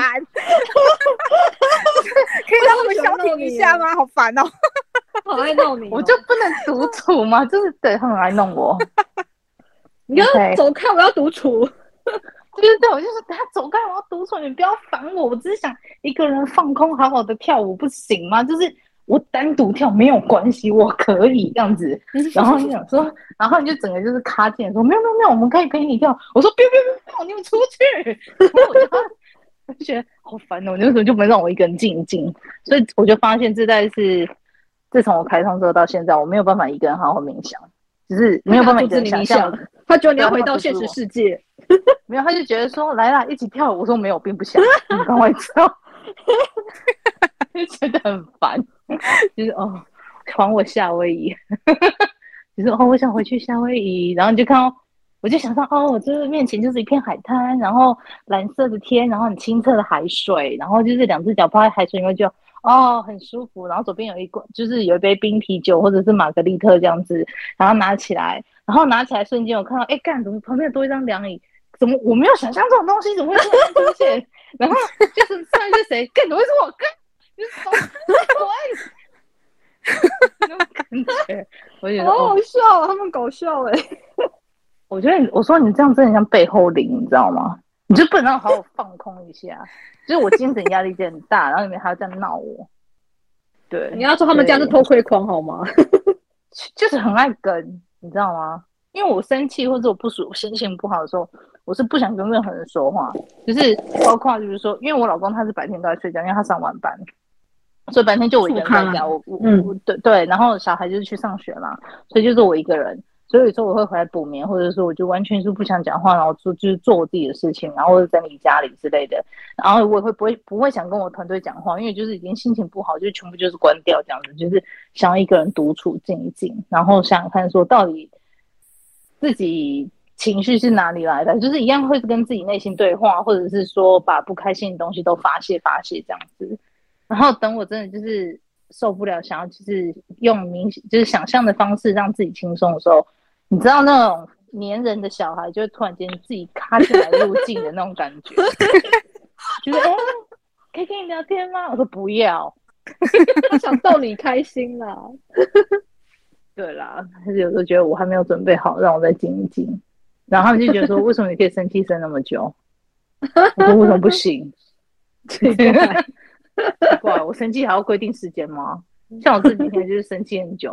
Speaker 6: 可以让他们消停一下吗？好烦哦。
Speaker 3: 好爱闹你、哦，
Speaker 5: 我就不能独处吗？就是对他们来弄我。
Speaker 3: 你要走开，我要独处。
Speaker 5: 对对对，我就是他走开，我要独处，你不要烦我。我只是想一个人放空，好好的跳舞，不行吗？就是我单独跳没有关系，我可以这样子。然后你想说，然后你就整个就是卡紧说，没有没有没有，我们可以陪你跳。我说不要不要不要，你们出去。然后我就我就觉得好烦哦，那时候就没让我一个人静一静。所以我就发现这代是。自从我开通之后到现在，我没有办法一个人好好冥想，只是没有办法一个人想象。
Speaker 3: 他觉得你要回到现实世界，
Speaker 5: 没有，他就觉得说来啦，一起跳舞。我说没有，并不想，你赶快跳，就觉得很烦，就是哦，还我夏威夷，就是哦，我想回去夏威夷，然后你就看到，我就想象哦，我这面前就是一片海滩，然后蓝色的天，然后很清澈的海水，然后就是两只脚泡在海水里面就。哦，很舒服。然后左边有一罐，就是有一杯冰啤酒或者是玛格丽特这样子，然后拿起来，然后拿起来瞬间我看到，哎，干，怎么旁边多一张凉椅？怎么我没有想象这种东西，怎么会突然出现？然后就是上一是谁？干，怎么会是我？干，就是我，那种感觉，我觉得
Speaker 3: 好好笑啊，他们搞笑哎、欸。
Speaker 5: 我觉得我说你这样真的像背后灵，你知道吗？你就不能让我好好放空一下。就是我精神压力就很大，然后你们还要这样闹我。对，
Speaker 3: 你要说他们这样是偷窥狂好吗？
Speaker 5: 就是很爱跟，你知道吗？因为我生气或者我不舒心情不好的时候，我是不想跟任何人说话，就是包括就是说，因为我老公他是白天都在睡觉，因为他上晚班，所以白天就我一个人在家。我我嗯，对对，然后小孩就是去上学嘛，所以就是我一个人。所以有时候我会回来补眠，或者说我就完全是不想讲话，然后做就是做我自己的事情，然后或者整理家里之类的。然后我也会不会不会想跟我团队讲话，因为就是已经心情不好，就全部就是关掉这样子，就是想要一个人独处静一静，然后想想看说到底自己情绪是哪里来的，就是一样会跟自己内心对话，或者是说把不开心的东西都发泄发泄这样子。然后等我真的就是受不了，想要就是用冥就是想象的方式让自己轻松的时候。你知道那种黏人的小孩就会突然间自己卡进来入境的那种感觉，就是哎、欸，可以跟你聊天吗？我说不要，
Speaker 3: 他想逗你开心啦。
Speaker 5: 对啦，但是有时候觉得我还没有准备好，让我再静一静。然后他们就觉得说，为什么你可以生气生那么久？我说为什么不行？奇怪，我生气还要规定时间吗？像我这几天就是生气很久。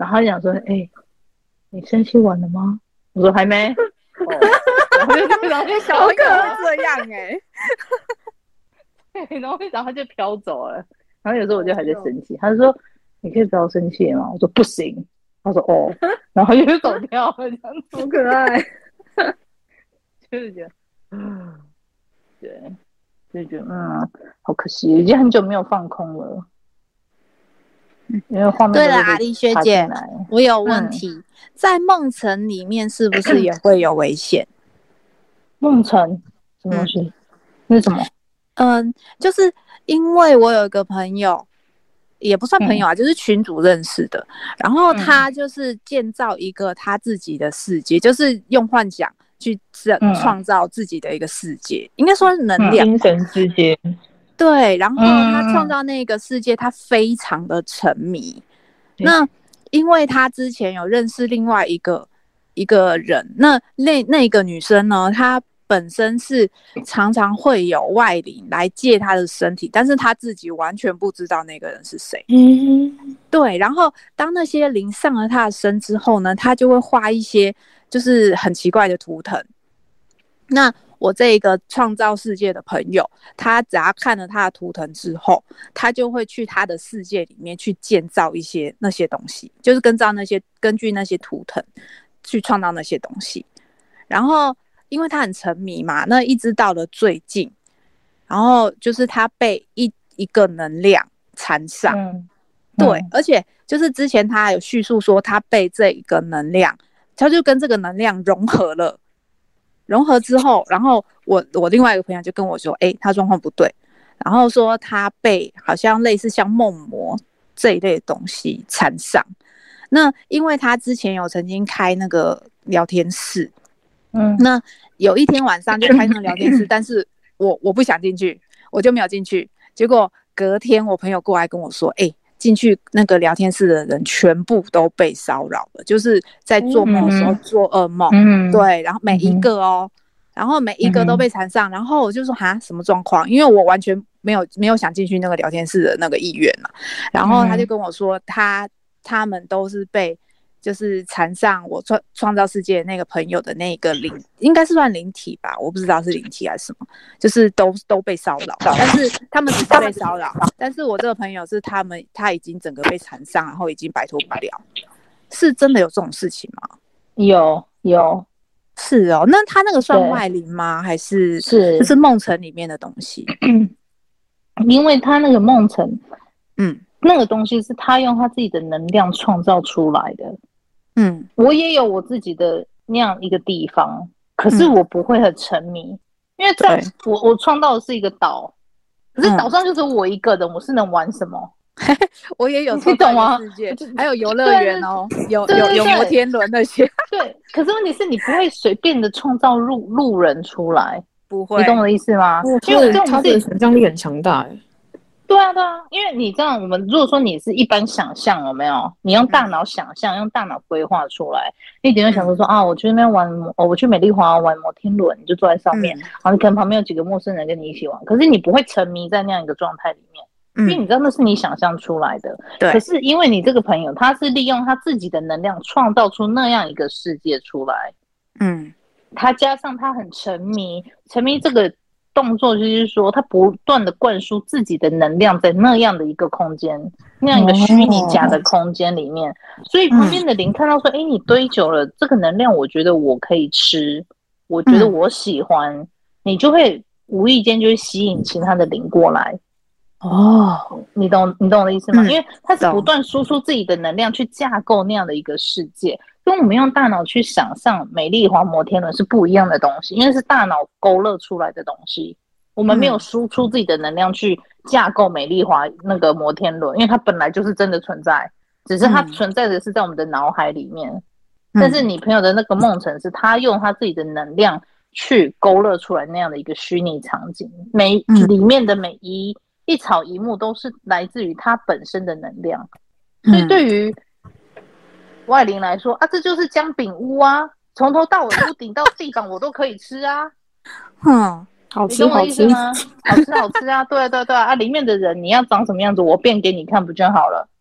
Speaker 5: 然后他讲说，哎、欸，你生气完了吗？我说还没。哦、然后就然后就小
Speaker 6: 可能这样哎、
Speaker 5: 欸，对，然后然后他就飘走了。然后有时候我就还在生气，他就说你可以不要生气吗？我说不行。他说哦，然后就走掉了，这样子
Speaker 7: 好可爱。
Speaker 5: 就是觉得，嗯，对，就觉得嗯，好可惜，已经很久没有放空了。因为画面
Speaker 6: 对了，阿丽学姐，我有问题，嗯、在梦城里面是不是也会有危险？
Speaker 5: 梦城什么东西？那、嗯、是什么？
Speaker 6: 嗯，就是因为我有一个朋友。也不算朋友啊、嗯、就是群主认识的，然后他就是建造一个他自己的世界、嗯、就是用幻想去创造自己的一个世界、嗯、应该说是能量、
Speaker 7: 精神世界。
Speaker 6: 对，然后他创造那个世界他非常的沉迷、嗯、那因为他之前有认识另外一个一个人，那那那个女生呢，她本身是常常会有外灵来借他的身体，但是他自己完全不知道那个人是谁。嗯，对。然后当那些灵上了他的身之后呢，他就会画一些就是很奇怪的图腾。那我这个创造世界的朋友，他只要看了他的图腾之后，他就会去他的世界里面去建造一些那些东西，就是根照那些根据那些图腾去创造那些东西。然后因为他很沉迷嘛，那一直到了最近，然后就是他被一一个能量缠上、嗯、对、嗯、而且就是之前他有叙述说他被这一个能量，他就跟这个能量融合了，融合之后，然后我我另外一个朋友就跟我说，哎、欸，他状况不对，然后说他被好像类似像梦魔这一类的东西缠上。那因为他之前有曾经开那个聊天室，嗯，那有一天晚上就开那个聊天室，但是我我不想进去，我就没有进去。结果隔天我朋友过来跟我说，哎、欸，进去那个聊天室的人全部都被骚扰了，就是在做梦的时候做噩梦、嗯，对，然后每一个哦，然后每一个都被缠上，然后我就说哈，什么状况？因为我完全没有没有想进去那个聊天室的那个意愿嘛。然后他就跟我说，他他们都是被。就是缠上我创创造世界那个朋友的那个灵，应该是算灵体吧，我不知道是灵体还是什么，就是都都被骚扰，但是他们只是被骚扰，但是我这个朋友是他们他已经整个被缠上，然后已经摆脱不了，是真的有这种事情吗？
Speaker 5: 有有，
Speaker 6: 是哦，那他那个算外灵吗？还是
Speaker 5: 是
Speaker 6: 就是梦城里面的东西？
Speaker 5: 因为他那个梦城，嗯，那个东西是他用他自己的能量创造出来的。嗯，我也有我自己的那样一个地方，可是我不会很沉迷，嗯、因为在我我创造的是一个岛，可是岛上就是我一个人，嗯、我是能玩什么？
Speaker 6: 我也有创造世界，还有游乐园哦，有有有摩天轮那些。
Speaker 5: 对，可是问题是你不会随便的创造路路人出来，
Speaker 6: 不会，
Speaker 5: 你懂我的意思吗？
Speaker 7: 因为他的想象力很强大哎。
Speaker 5: 对啊，对啊，因为你这样，我们如果说你是一般想象，有没有？你用大脑想象，嗯、用大脑规划出来，你一定会想说说、嗯、啊，我去那边玩，哦，我去美丽华玩摩天轮，你就坐在上面，嗯、然后你可能旁边有几个陌生人跟你一起玩，可是你不会沉迷在那样一个状态里面，嗯、因为你知道那是你想象出来的。对。可是因为你这个朋友，他是利用他自己的能量创造出那样一个世界出来，嗯，他加上他很沉迷，沉迷这个。动作就是说，他不断的灌输自己的能量在那样的一个空间，那样一个虚拟假的空间里面，哦、所以旁边的灵看到说：“哎、嗯，你堆久了，这个能量，我觉得我可以吃，我觉得我喜欢。嗯”你就会无意间就会吸引其他的灵过来。哦，你懂你懂我的意思吗？嗯、因为他是不断输出自己的能量去架构那样的一个世界。跟我们用大脑去想象美丽华摩天轮是不一样的东西，因为是大脑勾勒出来的东西，我们没有输出自己的能量去架构美丽华那个摩天轮，因为它本来就是真的存在，只是它存在的是在我们的脑海里面、嗯、但是你朋友的那个梦城是他用他自己的能量去勾勒出来那样的一个虚拟场景，每里面的每一一草一木都是来自于他本身的能量，所以对于外灵来说啊，这就是姜饼屋啊，从头到尾屋顶到地板我都可以吃啊。
Speaker 7: 嗯，好吃好吃
Speaker 5: 吗？好吃好吃啊，对对对啊，里面的人你要长什么样子，我变给你看不就好了？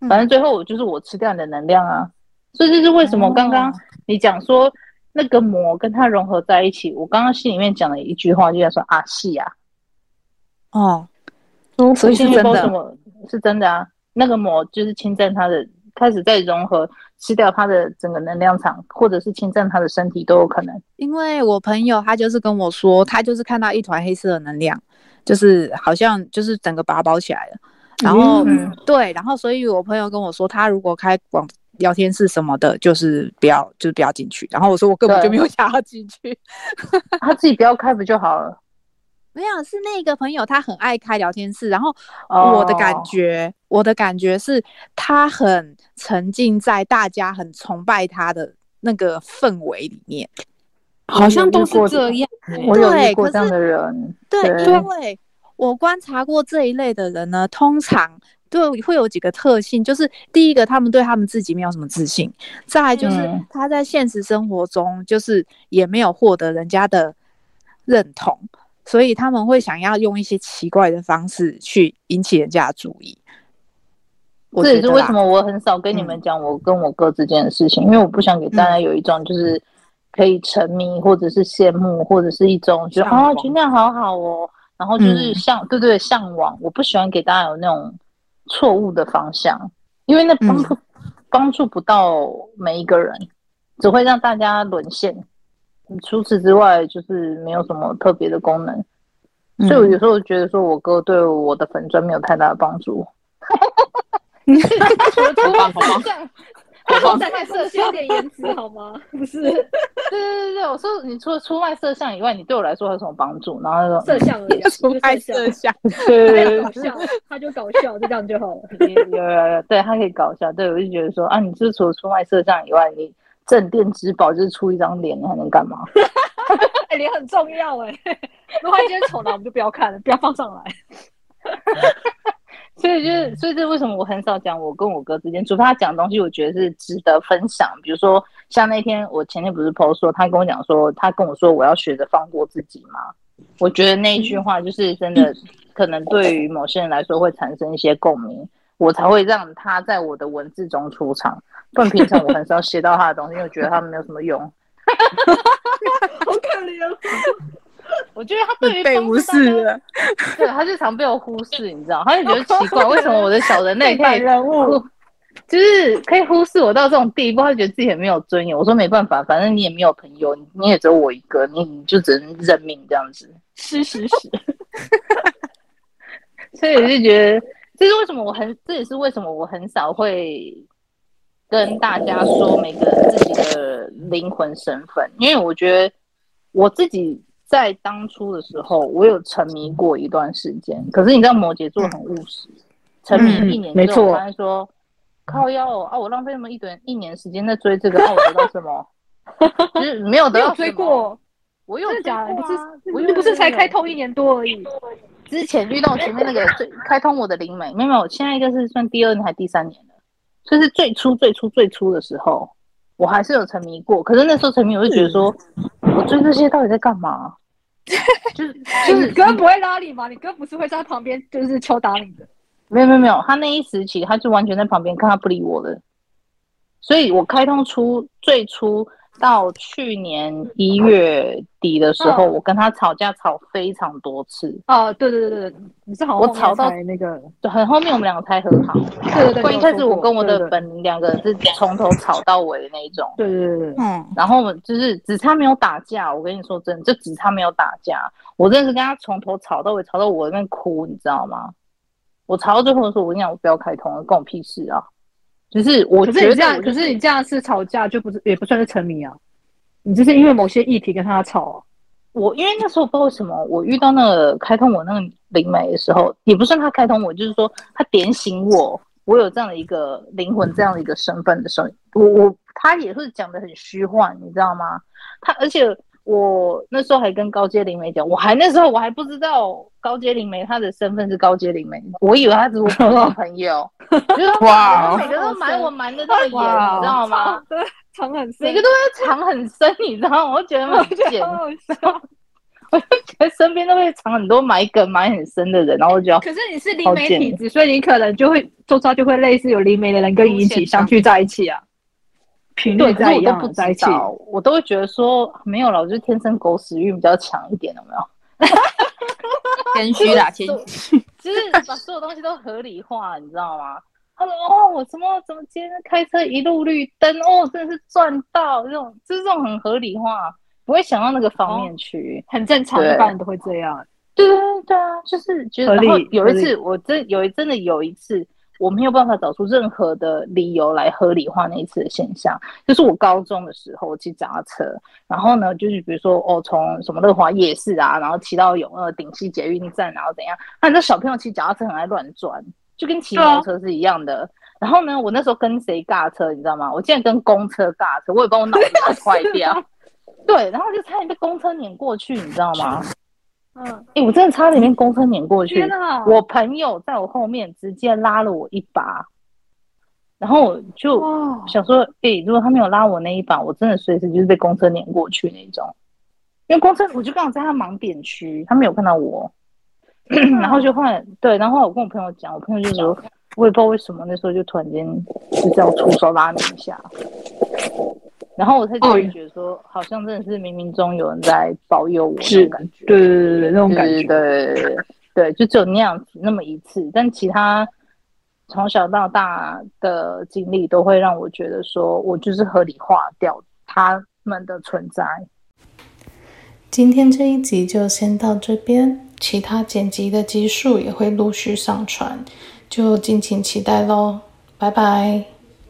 Speaker 5: 反正最后就是我吃掉你的能量啊。所以这是为什么刚刚你讲说那个膜跟它融合在一起，我刚刚心里面讲了一句话，就叫说啊是啊，
Speaker 6: 哦，所以是真的，
Speaker 5: 什么是真的啊？那个膜就是侵占它的，开始在融合，吃掉它的整个能量场，或者是侵占它的身体都有可能。
Speaker 6: 因为我朋友他就是跟我说，他就是看到一团黑色的能量，就是好像就是整个把它包起来了。然后、嗯、对，然后所以我朋友跟我说，他如果开广聊天室什么的，就是不要，就是不要进去。然后我说我根本就没有想要进去，
Speaker 5: 他自己不要开不就好了？
Speaker 6: 没有，是那个朋友他很爱开聊天室，然后我的感觉，哦、我的感觉是他很沉浸在大家很崇拜他的那个氛围里面，
Speaker 7: 好像都是这样。
Speaker 5: 我有遇过这样的人，
Speaker 6: 对，对，因为我观察过这一类的人呢，通常对会有几个特性，就是第一个，他们对他们自己没有什么自信；再来就是他在现实生活中就是也没有获得人家的认同。所以他们会想要用一些奇怪的方式去引起人家的注意。
Speaker 5: 这也是为什么我很少跟你们讲我跟我哥之间的事情、嗯、因为我不想给大家有一种就是可以沉迷或者是羡慕或者是一种觉得啊觉得那样好好哦，然后就是向、嗯、对对向往。我不喜欢给大家有那种错误的方向，因为那帮助、嗯、帮助不到每一个人，只会让大家沦陷。除此之外就是没有什么特别的功能、嗯、所以我有时候觉得说我哥对我的粉专没有太大的帮助。
Speaker 3: 好棒好棒好棒，再卖色相有点颜值好吗？不是，对
Speaker 5: 对对对，我说你除了出卖色相以外，你对我来说还有什么帮助？然后他说
Speaker 3: 色相而已，
Speaker 6: 出卖色相，
Speaker 5: 对，
Speaker 3: 搞笑，他就搞笑，就这样就好了。
Speaker 5: 有有有，对他可以搞笑，对我就觉得说啊，你就是除了出卖色相以外，你镇店之宝就是出一张脸，你还能干嘛？
Speaker 3: 哎、欸，脸很重要哎、欸。如果他今天丑呢，我们就不要看了，不要放上来。
Speaker 5: 所以就是，所以这为什么我很少讲我跟我哥之间，除非他讲的东西，我觉得是值得分享。比如说，像那天我前天不是 post 说，他跟我讲说，他跟我说我要学着放过自己嘛。我觉得那一句话就是真的，可能对于某些人来说会产生一些共鸣，我才会让他在我的文字中出场。不然平常我很少写到他的东西，因为我觉得他没有什么用。
Speaker 3: 好可怜。
Speaker 5: 我觉得他对于
Speaker 6: 被无视了，
Speaker 5: 对，他就常被我忽视，你知道，他就觉得奇怪，为什么我的小人类可以
Speaker 3: 人物，
Speaker 5: 就是可以忽视我到这种地步，他觉得自己很没有尊严。我说没办法，反正你也没有朋友，你也只有我一个，你你就只能认命这样子。
Speaker 3: 是是是，
Speaker 5: 所以我就觉得，这是为什么我很，这也是为什么我很少会跟大家说每个人自己的灵魂身份，因为我觉得我自己。在当初的时候，我有沉迷过一段时间。可是你知道，摩羯座很务实，嗯、沉迷一年之后，我发现说，靠腰啊，我浪费那么一段一年时间在追这个，啊，我得到什么？就是没有得到什么。
Speaker 3: 追过，
Speaker 5: 我有追过、啊，
Speaker 3: 不是，我又不是才开通一年多而已。
Speaker 5: 之前遇到前面那个最开通我的灵媒，没有没有，现在应该是算第二年还第三年了。所以是最初最初最初的时候，我还是有沉迷过。可是那时候沉迷，我就觉得说，我追这些到底在干嘛？就是就是
Speaker 3: 你哥不会拉你吗？你哥不是会在他旁边就是敲打你的？
Speaker 5: 没有没有没有，他那一时期他就完全在旁边看，他不理我的。所以我开通出最初到去年一月底的时候，哦、我跟他吵架吵非常多次。
Speaker 3: 哦，对对对对，你是好
Speaker 5: 我吵到
Speaker 3: 那个
Speaker 5: 很后面我们两个才和好。
Speaker 3: 对对对，
Speaker 5: 一开始我跟我的本两个人是从头吵到尾的那一种。
Speaker 3: 对对对，
Speaker 5: 嗯，然后就是只差没有打架。我跟你说真的，就只差没有打架。我真的是跟他从头吵到尾，吵到我那边哭，你知道吗？我吵到最后的时候，我跟你讲，我不要开通了，关我屁事啊！就是我觉得
Speaker 3: 这样，可是你这样是吵架，就不是也不算是沉迷啊。你就是因为某些议题跟他吵啊。
Speaker 5: 我因为那时候不知道为什么，我遇到那个开通我那个灵媒的时候，也不算他开通我，就是说他点醒我，我有这样的一个灵魂，这样的一个身份的时候，我我他也是讲的很虚幻，你知道吗？他而且我那时候还跟高阶灵媒讲，我还那时候我还不知道高阶灵媒他的身份是高阶灵媒，我以为他只是我朋友，就是哇，每个都瞒我瞒得到眼，你知道吗？
Speaker 3: 藏很深，
Speaker 5: 每个都在藏很深，你知道吗？我觉得很贱。 我就觉得身边都会藏很多埋梗埋很深的人，然后我就要
Speaker 3: 可是你是灵媒体质，所以你可能就会周遭就会类似有灵媒的人跟你一起相聚在一起啊，频率在一样的在一起，
Speaker 5: 我都会觉得说没有了，我就是天生狗屎运比较强一点，有没有？
Speaker 7: 谦虚啦，谦虚，
Speaker 5: 就是把所有东西都合理化，你知道吗？他说：“哦，我怎么怎么今天开车一路绿灯，哦，真的是赚到这种，就是这种很合理化，不会想到那个方面去，
Speaker 3: 哦、很正常，一般人都会这样。
Speaker 5: 对对对啊，就是觉得。然后有一次，我真有真的有一次，我没有办法找出任何的理由来合理化那一次的现象。就是我高中的时候，我骑脚踏车，然后呢，就是比如说哦，从什么乐华夜市啊，然后骑到永乐顶溪捷运站，然后怎样？那你知道小朋友骑脚踏车很爱乱转。”就跟骑摩托车是一样的、啊，然后呢，我那时候跟谁尬车，你知道吗？我竟然跟公车尬车，我也不知道我脑子坏掉。对，然后就差点被公车碾过去，你知道吗？嗯，哎、欸，我真的差点被公车碾过去。我朋友在我后面直接拉了我一把，然后我就想说，哎、欸，如果他没有拉我那一把，我真的随时就是被公车碾过去那种。因为公车，我就刚好在他盲点区，他没有看到我。然后就后来对，然后我跟我朋友讲，我朋友就说，我也不知道为什么那时候就突然间就这样出手拉你一下，然后我才就觉得说，好像真的是冥冥中有人在保佑我那种感觉，
Speaker 3: 对对对对，那种感觉，
Speaker 5: 对对 对, 对，就只有那样子那么一次，但其他从小到大的经历都会让我觉得说，我就是合理化掉他们的存在。
Speaker 1: 今天这一集就先到这边，其他剪辑的集数也会陆续上传，就敬请期待咯，拜拜。